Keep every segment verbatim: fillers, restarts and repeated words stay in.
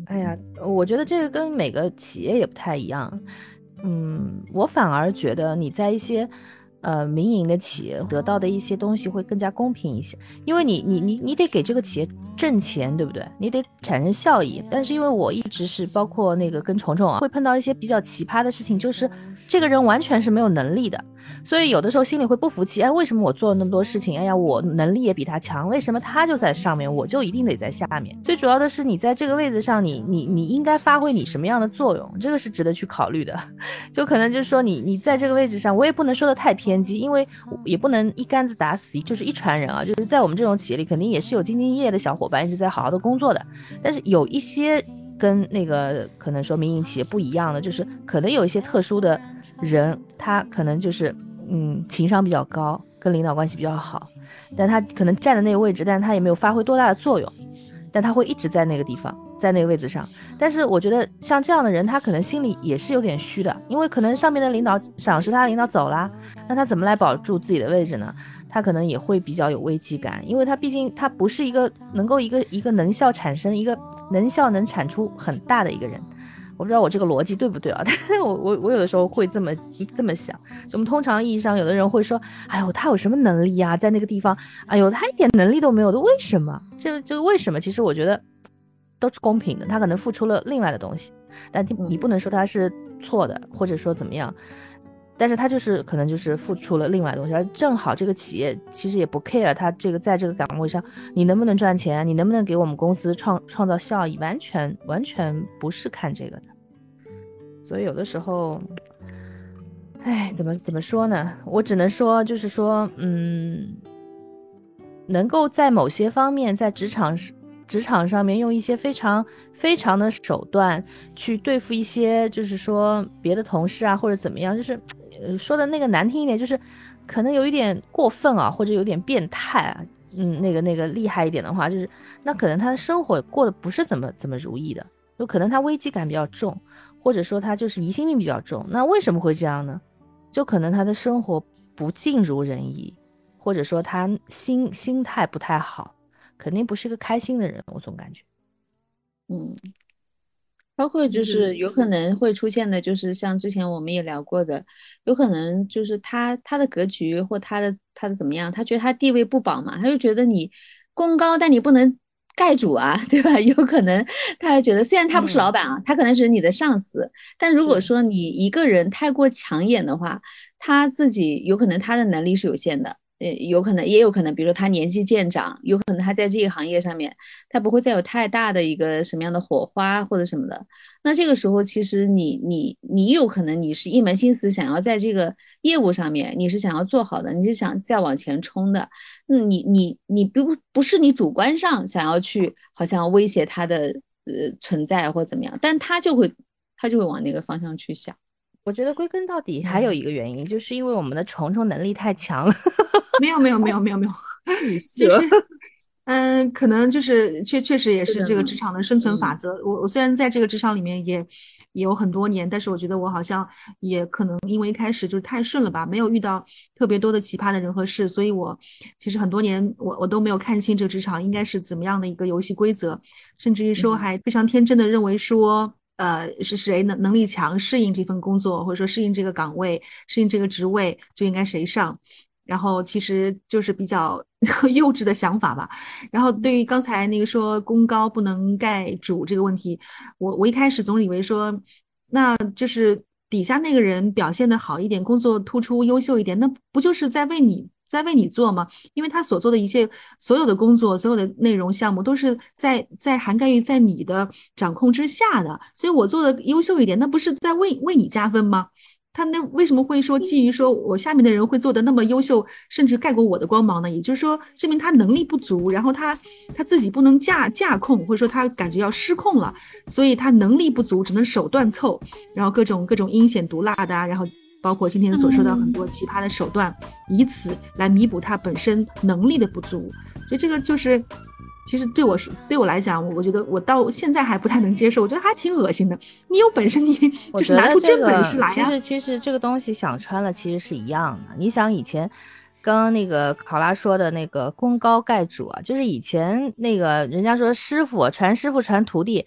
哎呀，我觉得这个跟每个企业也不太一样。嗯，我反而觉得你在一些呃民营的企业得到的一些东西会更加公平一些，因为你你你你得给这个企业挣钱，对不对？你得产生效益。但是因为我一直是包括那个跟虫虫啊，会碰到一些比较奇葩的事情，就是这个人完全是没有能力的。所以有的时候心里会不服气，哎，为什么我做了那么多事情，哎呀，我能力也比他强，为什么他就在上面，我就一定得在下面？最主要的是你在这个位置上，你你你应该发挥你什么样的作用，这个是值得去考虑的。就可能就是说你你在这个位置上，我也不能说的太偏激，因为也不能一竿子打死就是一船人啊。就是在我们这种企业里，肯定也是有兢兢业业的小伙伴一直在好好的工作的，但是有一些跟那个可能说民营企业不一样的，就是可能有一些特殊的人，他可能就是嗯情商比较高，跟领导关系比较好，但他可能站的那个位置，但是他也没有发挥多大的作用，但他会一直在那个地方，在那个位置上。但是我觉得像这样的人，他可能心里也是有点虚的，因为可能上面的领导赏识他，领导走啦，那他怎么来保住自己的位置呢？他可能也会比较有危机感，因为他毕竟他不是一个能够一个一个能效产生一个能效能产出很大的一个人。我不知道我这个逻辑对不对啊？但是我我我有的时候会这么这么想。我们通常意义上，有的人会说：“哎呦，他有什么能力呀、在那个地方，哎呦，他一点能力都没有的，为什么？这个这个为什么？其实我觉得都是公平的，他可能付出了另外的东西，但你你不能说他是错的，或者说怎么样。但是他就是可能就是付出了另外的东西，而正好这个企业其实也不 care 他这个在这个岗位上你能不能赚钱，你能不能给我们公司创创造效益，完全完全不是看这个的。所以有的时候，哎，怎么怎么说呢？我只能说，就是说，嗯，能够在某些方面，在职场职场上面用一些非常非常的手段去对付一些，就是说别的同事啊，或者怎么样，就是呃说的那个难听一点，就是可能有一点过分啊，或者有点变态啊。嗯，那个那个厉害一点的话，就是那可能他的生活过得不是怎么怎么如意的，有可能他危机感比较重，或者说他就是疑心病比较重。那为什么会这样呢？就可能他的生活不尽如人意，或者说他心心态不太好，肯定不是个开心的人，我总感觉。 嗯，包括就是有可能会出现的，就是像之前我们也聊过的，有可能就是他他的格局或他的他的怎么样，他觉得他地位不保嘛，他就觉得你功高，但你不能盖主啊，对吧？有可能他就觉得，虽然他不是老嗯， 板啊，他可能只是你的上司，但如果是。 说你一个人太过抢眼的话，他自己有可能他的能力是有限的。呃，有可能，也有可能，比如说他年纪渐长，有可能他在这个行业上面，他不会再有太大的一个什么样的火花或者什么的。那这个时候，其实你你你有可能你是一门心思想要在这个业务上面，你是想要做好的，你是想再往前冲的。嗯，你你你不不是你主观上想要去好像威胁他的呃存在或怎么样，但他就会他就会往那个方向去想。 我觉得归根到底还有一个原因，就是因为我们的虫虫能力太强了。 没有没有没有没有没有， 预就设。 是嗯，可能就是确确实也是这个是的呢， 职场的生存法嗯。 则。我我虽然在这个职场里面也也有很多年，但是我觉得我好像也可能因为一开始就是太顺了吧，没有遇到特别多的奇葩的人和事，所以我其实很多年我我都没有看清这个职场应该是怎么样的一个游戏规则，甚至于说嗯还非常天真的认为说。呃，是谁能能力强，适应这份工作，或者说适应这个岗位，适应这个职位，就应该谁上。然后其实就是比较幼稚的想法吧。然后对于刚才那个说功高不能盖主这个问题，我我一开始总以为说，那就是底下那个人表现的好一点，工作突出优秀一点，那不就是在为你在为你做吗？因为他所做的一切所有的工作，所有的内容项目都是在在涵盖于在你的掌控之下的，所以我做的优秀一点，那不是在为为你加分吗？他那为什么会说基于说我下面的人会做的那么优秀，甚至盖过我的光芒呢？也就是说，证明他能力不足，然后他他自己不能驾驾控，或者说他感觉要失控了，所以他能力不足，只能手段凑，然后各种各种阴险毒辣的啊，然后包括今天所说到很多奇葩的手段，以此来弥补他本身能力的不足。所以这个就是，其实对我说，对我来讲，我我觉得我到现在还不太能接受，我觉得还挺恶心的。你有本事你就是我觉得拿出真本这个事来呀！ 其实其实这个东西想穿了其实是一样的。你想以前刚刚那个考拉说的那个功高盖主啊，就是以前那个人家说师傅传师傅传徒弟，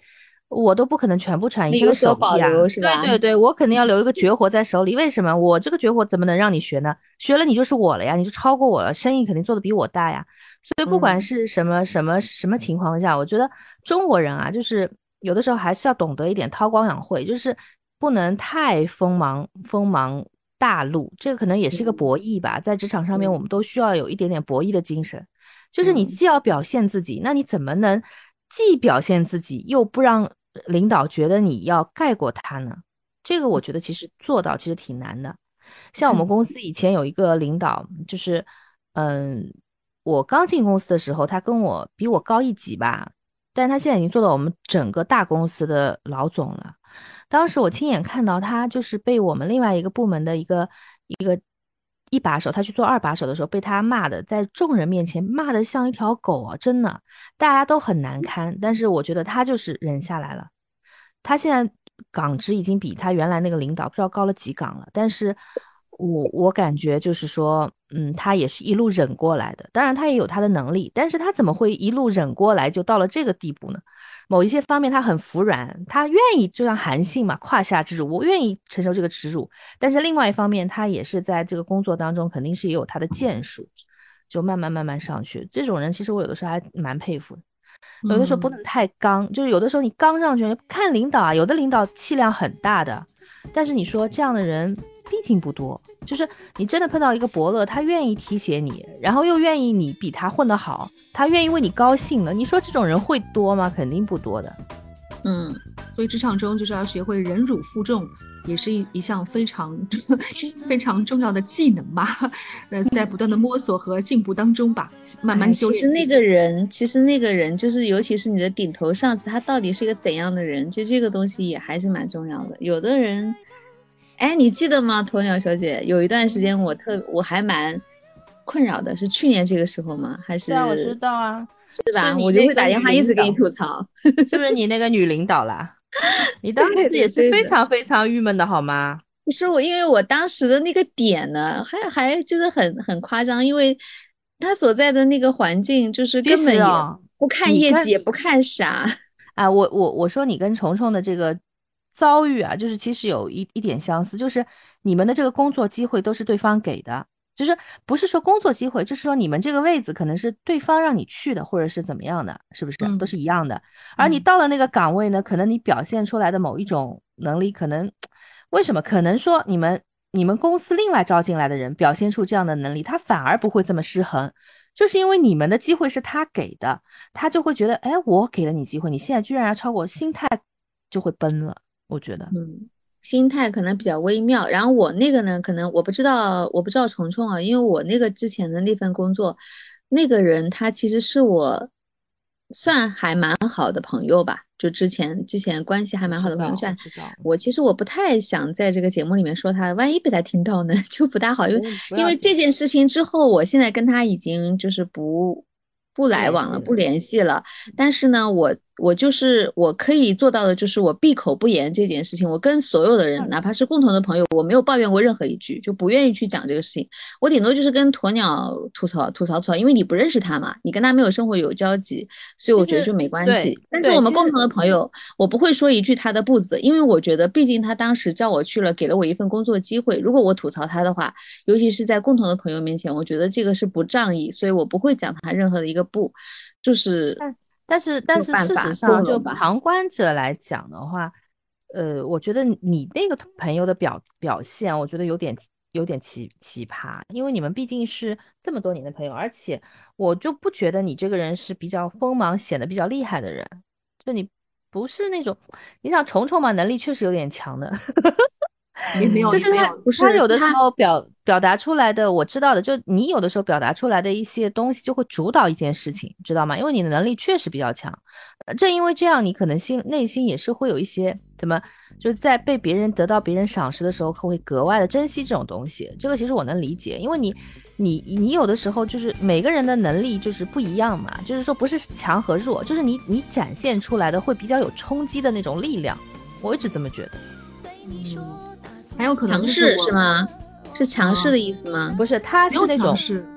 我都不可能全部传，你是个有所保手艺啊。 留是吧？ 对对对，我肯定要留一个绝活在手里。为什么？我这个绝活怎么能让你学呢？学了你就是我了呀，你就超过我了，生意肯定做得比我大呀。所以不管是什么什么什么情况下，我觉得中国人啊，就是有的时候还是要懂得一点韬光养晦，就是不能太锋芒锋芒大露。这个可能也是一个博弈吧，在职场上面，我们都需要有一点点博弈的精神。就是你既要表现自己，那你怎么能既表现自己，又不让领导觉得你要盖过他呢？这个我觉得其实做到其实挺难的。像我们公司以前有一个领导，就是嗯，我刚进公司的时候，他跟我比我高一级吧，但他现在已经做到我们整个大公司的老总了。当时我亲眼看到他就是被我们另外一个部门的一个一个一把手，他去做二把手的时候被他骂的，在众人面前骂的像一条狗啊，真的，大家都很难堪。但是我觉得他就是忍下来了。他现在岗职已经比他原来那个领导不知道高了几岗了，但是我我感觉就是说，嗯，他也是一路忍过来的。当然，他也有他的能力，但是他怎么会一路忍过来就到了这个地步呢？某一些方面他很服软，他愿意就像韩信嘛，胯下之辱，我愿意承受这个耻辱。但是另外一方面，他也是在这个工作当中肯定是也有他的建树，就慢慢慢慢上去。这种人其实我有的时候还蛮佩服的。有的时候不能太刚，就是有的时候你刚上去看领导啊，有的领导气量很大的，但是你说这样的人毕竟不多，就是你真的碰到一个伯乐，他愿意提携你，然后又愿意你比他混得好，他愿意为你高兴的，你说这种人会多吗？肯定不多的。 嗯， 所以职场中就是要学会忍辱负重，也是一一项非常非常重要的技能吧。呃，在不断的摸索和进步当中吧，慢慢修炼。 其实那个人，其实那个人就是，尤其是你的顶头上司，他到底是一个怎样的人，就这个东西也还是蛮重要的。有的人，哎，你记得吗，鸵鸟小姐？有一段时间我特我还蛮困扰的，是去年这个时候吗？还是？ 对啊，我知道啊， 是吧？ 是你我就会打电话一直给你吐槽， 是不是你那个女领导啦？你当时也是非常非常郁闷的好吗？ 不是我，因为我当时的那个点呢，还还就是很很夸张，因为他所在的那个环境就是根本也不看业绩，也不看啥。 啊，我我我说你跟虫虫的这个遭遇啊，就是其实有一一点相似，就是你们的这个工作机会都是对方给的，就是不是说工作机会，就是说你们这个位子可能是对方让你去的，或者是怎么样的，是不是、嗯、都是一样的？而你到了那个岗位呢，可能你表现出来的某一种能力，可能为什么？可能说你们你们公司另外招进来的人表现出这样的能力，他反而不会这么失衡。就是因为你们的机会是他给的，他就会觉得，哎，我给了你机会，你现在居然要超过，心态就会崩了。我觉得， 嗯，心态可能比较微妙。然后我那个呢，可能我不知道，我不知道虫虫啊，因为我那个之前的那份工作，那个人他其实是我算还蛮好的朋友吧。就之前之前关系还蛮好的朋友，算我其实我不太想在这个节目里面说他，万一被他听到呢，就不大好。因为因为这件事情之后，我现在跟他已经就是不不来往了，不联系了。但是呢，我我就是我可以做到的，就是我闭口不言这件事情。我跟所有的人，哪怕是共同的朋友，我没有抱怨过任何一句，就不愿意去讲这个事情。我顶多就是跟鸵鸟吐槽吐槽吐槽，因为你不认识他嘛，你跟他没有生活有交集，所以我觉得就没关系。但是我们共同的朋友，我不会说一句他的不字，因为我觉得毕竟他当时叫我去了，给了我一份工作机会。如果我吐槽他的话，尤其是在共同的朋友面前，我觉得这个是不仗义，所以我不会讲他任何的一个不，就是。 但是但是事实上，就旁观者来讲的话，呃，我觉得你那个朋友的表表现，我觉得有点有点奇奇葩，因为你们毕竟是这么多年的朋友，而且我就不觉得你这个人是比较锋芒显得比较厉害的人，就你不是那种，你想虫虫嘛，能力确实有点强的。 也没有， 就是他，他有的时候表表达出来的，我知道的，就你有的时候表达出来的一些东西，就会主导一件事情，知道吗？因为你的能力确实比较强，正因为这样，你可能心内心也是会有一些怎么，就是在被别人得到别人赏识的时候，会格外的珍惜这种东西。这个其实我能理解，因为你你你有的时候就是每个人的能力就是不一样嘛，就是说不是强和弱，就是你你展现出来的会比较有冲击的那种力量，我一直这么觉得。 嗯。还有可能强势是吗？是强势的意思吗？ 不是，他是那种，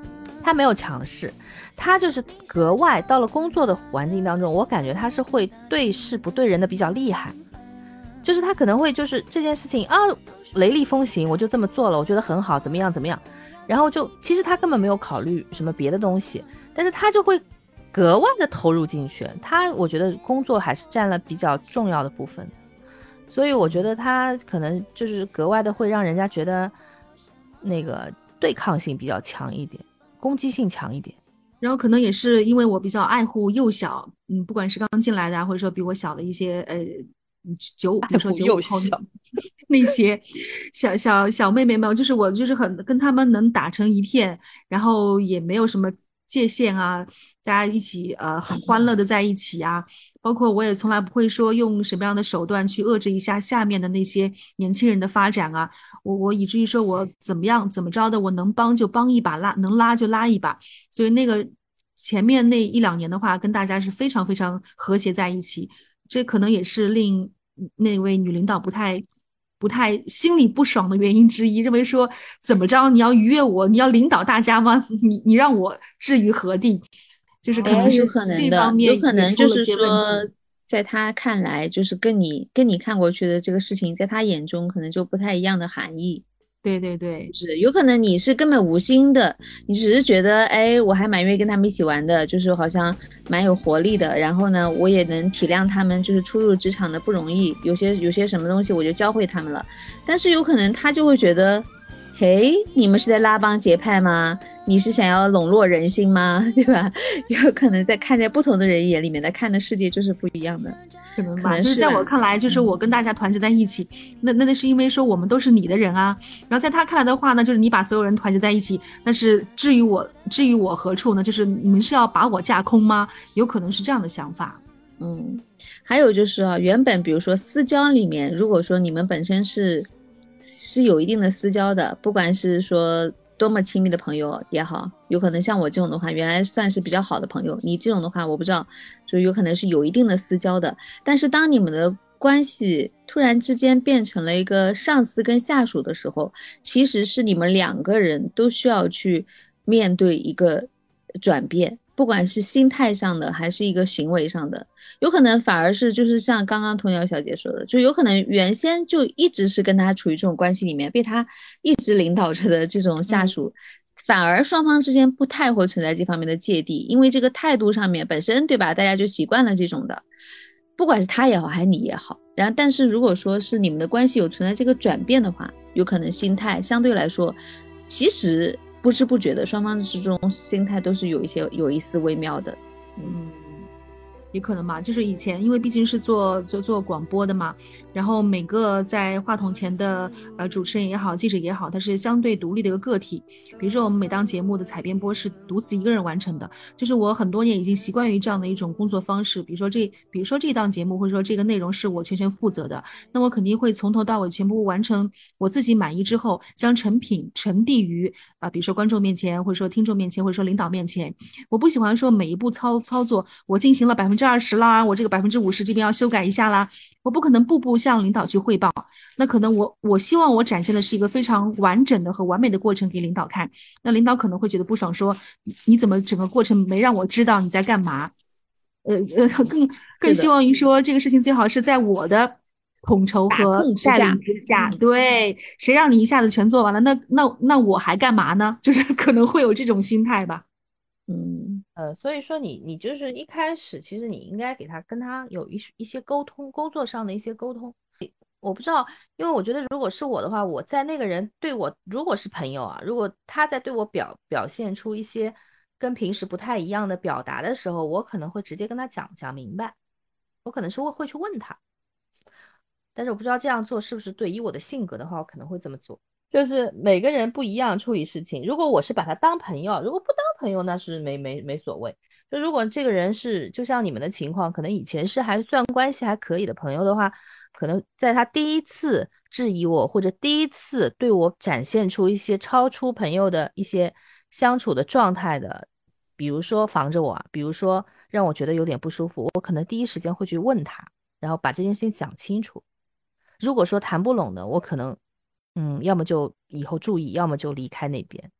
他没有强势，他就是格外到了工作的环境当中，我感觉他是会对事不对人的比较厉害，就是他可能会就是这件事情啊雷厉风行，我就这么做了，我觉得很好，怎么样怎么样，然后就其实他根本没有考虑什么别的东西，但是他就会格外的投入进去，他我觉得工作还是占了比较重要的部分，所以我觉得他可能就是格外的会让人家觉得那个对抗性比较强一点，攻击性强一点。 然后可能也是因为我比较爱护幼小，嗯，不管是刚进来的啊，或者说比我小的一些呃九，比如说九五后那些小小小妹妹们，就是我就是很跟他们能打成一片，然后也没有什么界限啊，大家一起呃很欢乐的在一起啊。包括我也从来不会说用什么样的手段去遏制一下下面的那些年轻人的发展啊，我我以至于说我怎么样怎么着的，我能帮就帮一把，拉能拉就拉一把，所以那个前面那一两年的话，跟大家是非常非常和谐在一起，这可能也是令那位女领导不太不太心里不爽的原因之一，认为说怎么着你要逾越我，你要领导大家吗？你你让我置于何地？就是可能是有可能这的，有方面可能就是也出了些问说， 题。 在他看来，就是跟你跟你看过去的这个事情，在他眼中可能就不太一样的含义。 对对对， 是有可能你是根本无心的，你只是觉得，哎，我还蛮愿意跟他们一起玩的，就是好像蛮有活力的。然后呢，我也能体谅他们，就是初入职场的不容易，有些有些什么东西我就教会他们了。但是有可能他就会觉得，嘿，你们是在拉帮结派吗？你是想要笼络人心吗？对吧？有可能在看在不同的人眼里面，他看的世界就是不一样的。 可能吧，就是可能是吧在我看来，就是我跟大家团结在一起，那那那是因为说我们都是你的人啊。然后在他看来的话呢，就是你把所有人团结在一起，但是至于我，至于我何处呢？就是你们是要把我架空吗？有可能是这样的想法。 嗯，还有就是啊，原本比如说私交里面，如果说你们本身是是有一定的私交的，不管是说多么亲密的朋友也好，有可能像我这种的话，原来算是比较好的朋友，你这种的话，我不知道，就有可能是有一定的私交的。但是当你们的关系突然之间变成了一个上司跟下属的时候，其实是你们两个人都需要去面对一个转变，不管是心态上的还是一个行为上的。有可能反而是就是像刚刚童瑶小姐说的，就有可能原先就一直是跟他处于这种关系里面，被他一直领导着的这种下属，嗯、反而双方之间不太会存在这方面的芥蒂，因为这个态度上面本身对吧，大家就习惯了这种的，不管是他也好还是你也好。然后但是如果说是你们的关系有存在这个转变的话，有可能心态相对来说，其实不知不觉的双方之中心态都是有一些有一丝微妙的。 嗯，也可能嘛，就是以前因为毕竟是做做做广播的嘛，然后每个在话筒前的呃主持人也好，记者也好，他是相对独立的一个个体。比如说我们每档节目的采编播是独自一个人完成的，就是我很多年已经习惯于这样的一种工作方式。比如说这比如说这档节目或者说这个内容是我全权负责的，那我肯定会从头到尾全部完成，我自己满意之后，将成品呈递于啊、呃，比如说观众面前，或者说听众面前，或者说领导面前。我不喜欢说每一步操操作我进行了百分之二十啦，我这个百分之五十这边要修改一下啦，我不可能步步向领导去汇报。那可能我我希望我展现的是一个非常完整的和完美的过程给领导看，那领导可能会觉得不爽说，说你怎么整个过程没让我知道你在干嘛？呃呃，更更希望于说这个事情最好是在我的统筹和带领之下，对，谁让你一下子全做完了，那那那我还干嘛呢？就是可能会有这种心态吧。 嗯呃，所以说你你就是一开始，其实你应该给他跟他有一一些沟通，工作上的一些沟通。我不知道，因为我觉得如果是我的话，我在那个人对我如果是朋友啊，如果他在对我表表现出一些跟平时不太一样的表达的时候，我可能会直接跟他讲讲明白，我可能是会会去问他，但是我不知道这样做是不是对，以我的性格的话，我可能会这么做。就是每个人不一样处理事情，如果我是把他当朋友，如果不当朋友那是没没没所谓。就如果这个人是就像你们的情况，可能以前是还算关系还可以的朋友的话，可能在他第一次质疑我或者第一次对我展现出一些超出朋友的一些相处的状态的，比如说防着我，比如说让我觉得有点不舒服，我可能第一时间会去问他，然后把这件事情讲清楚。如果说谈不拢的，我可能嗯，要么就以后注意，要么就离开那边。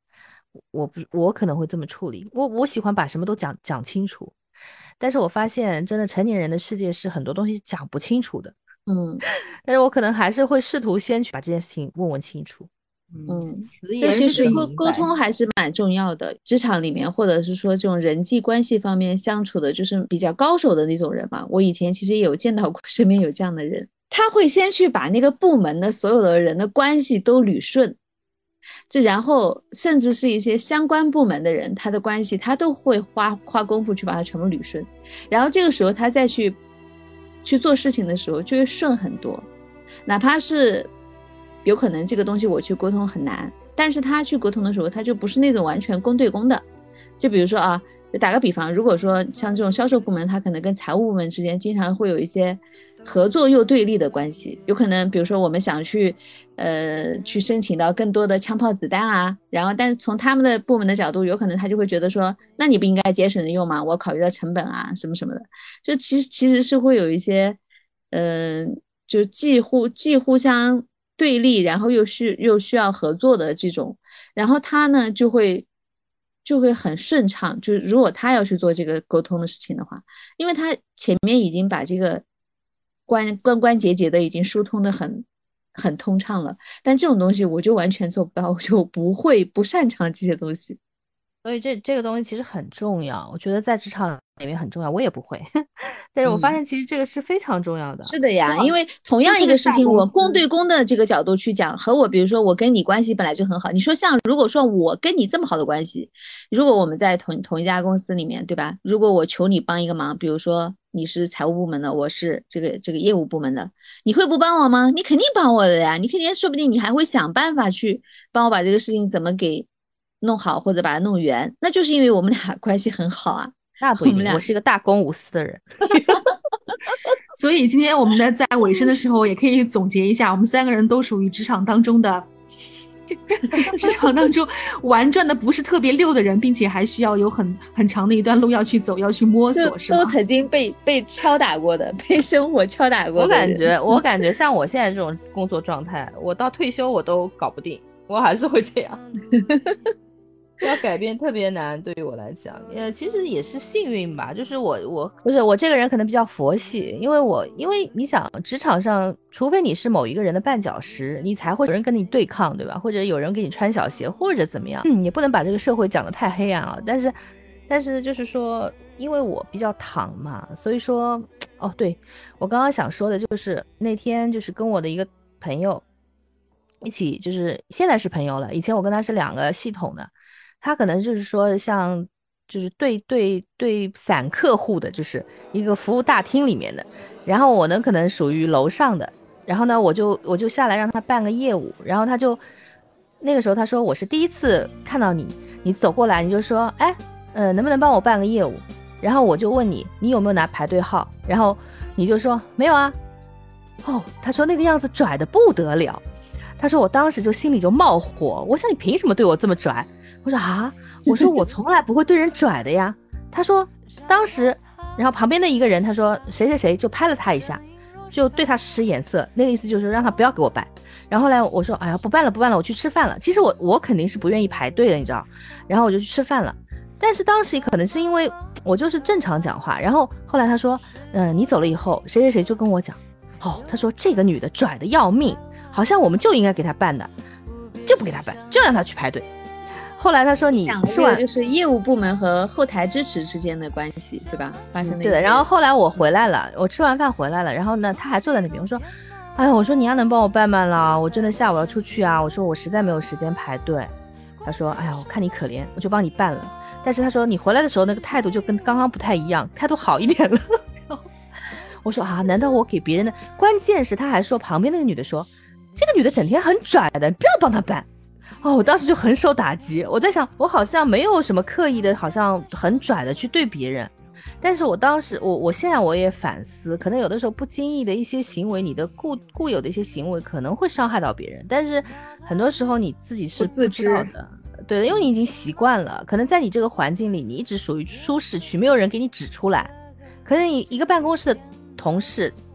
我不我可能会这么处理，我我喜欢把什么都讲讲清楚，但是我发现真的成年人的世界是很多东西讲不清楚的。 嗯但是我可能还是会试图先去把这件事情问问清楚。 嗯， 词但其言是实沟沟最明白。 通还是蛮重要的。职场里面，或者是说这种人际关系方面相处的，就是比较高手的那种人嘛。我以前其实也有见到过，身边有这样的人，他会先去把那个部门的所有的人的关系都捋顺，就然后甚至是一些相关部门的人，他的关系他都会花花功夫去把它全部捋顺，然后这个时候他再去去做事情的时候就会顺很多。哪怕是有可能这个东西我去沟通很难，但是他去沟通的时候，他就不是那种完全公对公的。就比如说啊，打个比方，如果说像这种销售部门，他可能跟财务部门之间经常会有一些合作又对立的关系，有可能比如说我们想去呃去申请到更多的枪炮子弹啊，然后但是从他们的部门的角度，有可能他就会觉得说，那你不应该节省的用吗？我考虑到成本啊什么什么的，就其实其实是会有一些嗯、呃就既互既互相对立，然后又需又需要合作的这种，然后他呢就会就会很顺畅。就是如果他要去做这个沟通的事情的话，因为他前面已经把这个关关关节节的已经疏通的很很通畅了，但这种东西我就完全做不到，我就不会不擅长这些东西。 所以这这个东西其实很重要，我觉得在职场里面很重要，我也不会，但是我发嗯现其实这个是非常重要的。 是的呀， 正好因为同样一个事情，我公对公的这个角度去讲，和我比如说我跟你关系本来就很好，你说像如果说我跟你这么好的关系，如果我们在同同一家公司里面，对吧？如果我求你帮一个忙，比如说你是财务部门的，我是这个这个业务部门的，你会不帮我吗？你肯定帮我的呀，你肯定说不定你还会想办法去帮我把这个事情怎么给弄好，或者把它弄圆，那就是因为我们俩关系很好啊。 那不一定，我是一个大公无私的人。 所以今天我们呢在尾声的时候也可以总结一下，我们三个人都属于职场当中的职场当中玩转的不是特别溜的人，并且还需要有很很长的一段路要去走，要去摸索，是吗？ 都曾经被被敲打过的，被生活敲打过的。 我感觉，我感觉像我现在这种工作状态，我到退休我都搞不定，我还是会这样。要改变特别难，对于我来讲，呃，其实也是幸运吧。就是我，我不是我这个人可能比较佛系，因为我，因为你想，职场上，除非你是某一个人的绊脚石，你才会有人跟你对抗，对吧？或者有人给你穿小鞋，或者怎么样，嗯，也不能把这个社会讲得太黑暗啊。但是，但是就是说，因为我比较躺嘛，所以说，哦，对，我刚刚想说的就是那天就是跟我的一个朋友一起，就是现在是朋友了，以前我跟他是两个系统的。他可能就是说像就是对对对散客户的，就是一个服务大厅里面的，然后我呢可能属于楼上的，然后呢我就我就下来让他办个业务，然后他就那个时候他说我是第一次看到你，你走过来你就说哎呃能不能帮我办个业务，然后我就问你你有没有拿排队号，然后你就说没有啊，哦他说那个样子拽的不得了，他说我当时就心里就冒火，我想你凭什么对我这么拽？我说啊，我说我从来不会对人拽的呀。他说当时，然后旁边的一个人他说谁谁谁就拍了他一下，就对他使眼色，那个意思就是让他不要给我办。然后后来我说哎呀不办了不办了，我去吃饭了。其实我我肯定是不愿意排队的，你知道。然后我就去吃饭了，但是当时可能是因为我就是正常讲话。然后后来他说嗯、呃、你走了以后谁谁谁就跟我讲，哦他说这个女的拽的要命，好像我们就应该给她办的，就不给她办，就让她去排队。后来他说你吃完就是业务部门和后台支持之间的关系，对吧？发生的、嗯、 对的。然后后来我回来了，我吃完饭回来了，然后呢他还坐在那边，我说哎呀我说你要能帮我办办了，我真的下午要出去啊，我说我实在没有时间排队。他说哎呀我看你可怜，我就帮你办了。但是他说你回来的时候那个态度就跟刚刚不太一样，态度好一点了。我说啊难道我给别人的，关键是他还说旁边那个女的说这个女的整天很拽的，不要帮她办。哦，我当时就很受打击，我在想我好像没有什么刻意的好像很拽的去对别人，但是我当时我我现在我也反思，可能有的时候不经意的一些行为，你的固固有的一些行为可能会伤害到别人，但是很多时候你自己是不知道的。对的，因为你已经习惯了，可能在你这个环境里你一直属于舒适区，没有人给你指出来，可能你一个办公室的同事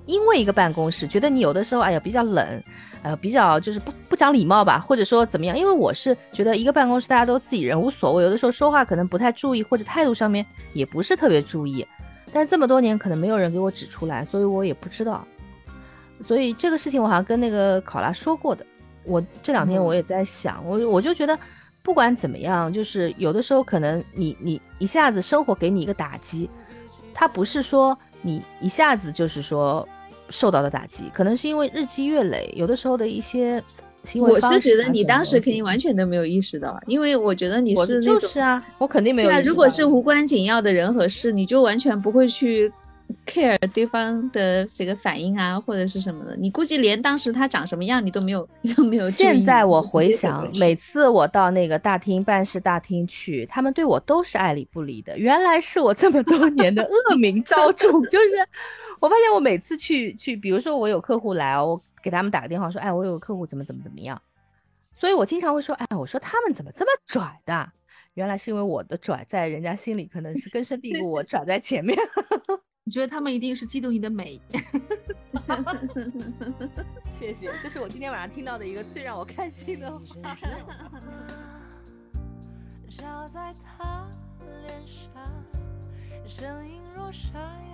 因为一个办公室觉得你有的时候哎呀比较冷，哎呀比较就是不不讲礼貌吧，或者说怎么样，因为我是觉得一个办公室大家都自己人无所谓，有的时候说话可能不太注意，或者态度上面也不是特别注意，但这么多年可能没有人给我指出来，所以我也不知道。所以这个事情我好像跟那个考拉说过的，我这两天我也在想，嗯、我我就觉得不管怎么样，就是有的时候可能你你一下子生活给你一个打击，它不是说你一下子就是说受到的打击，可能是因为日积月累，有的时候的一些行为方式、啊、 我是觉得你当时肯定完全都没有意识到，因为我觉得你是那种， 就是啊，我肯定没有意识到。 对啊，如果是无关紧要的人和事，你就完全不会去 care 对方的这个反应啊，或者是什么的。你估计连当时他长什么样你都没有，你都没有注意。 现在我回想，每次我到那个大厅办事大厅去，他们对我都是爱理不理的。原来是我这么多年的恶名昭著，就是我发现我每次去去，比如说我有客户来，我给他们打个电话说，哎，我有个客户怎么怎么怎么样，所以我经常会说，哎，我说他们怎么这么拽的？原来是因为我的拽在人家心里可能是根深蒂固，我拽在前面。 我觉得他们一定是嫉妒你的美。 谢谢，这是我今天晚上听到的一个最让我开心的话。照在他脸上，声音如沙哑。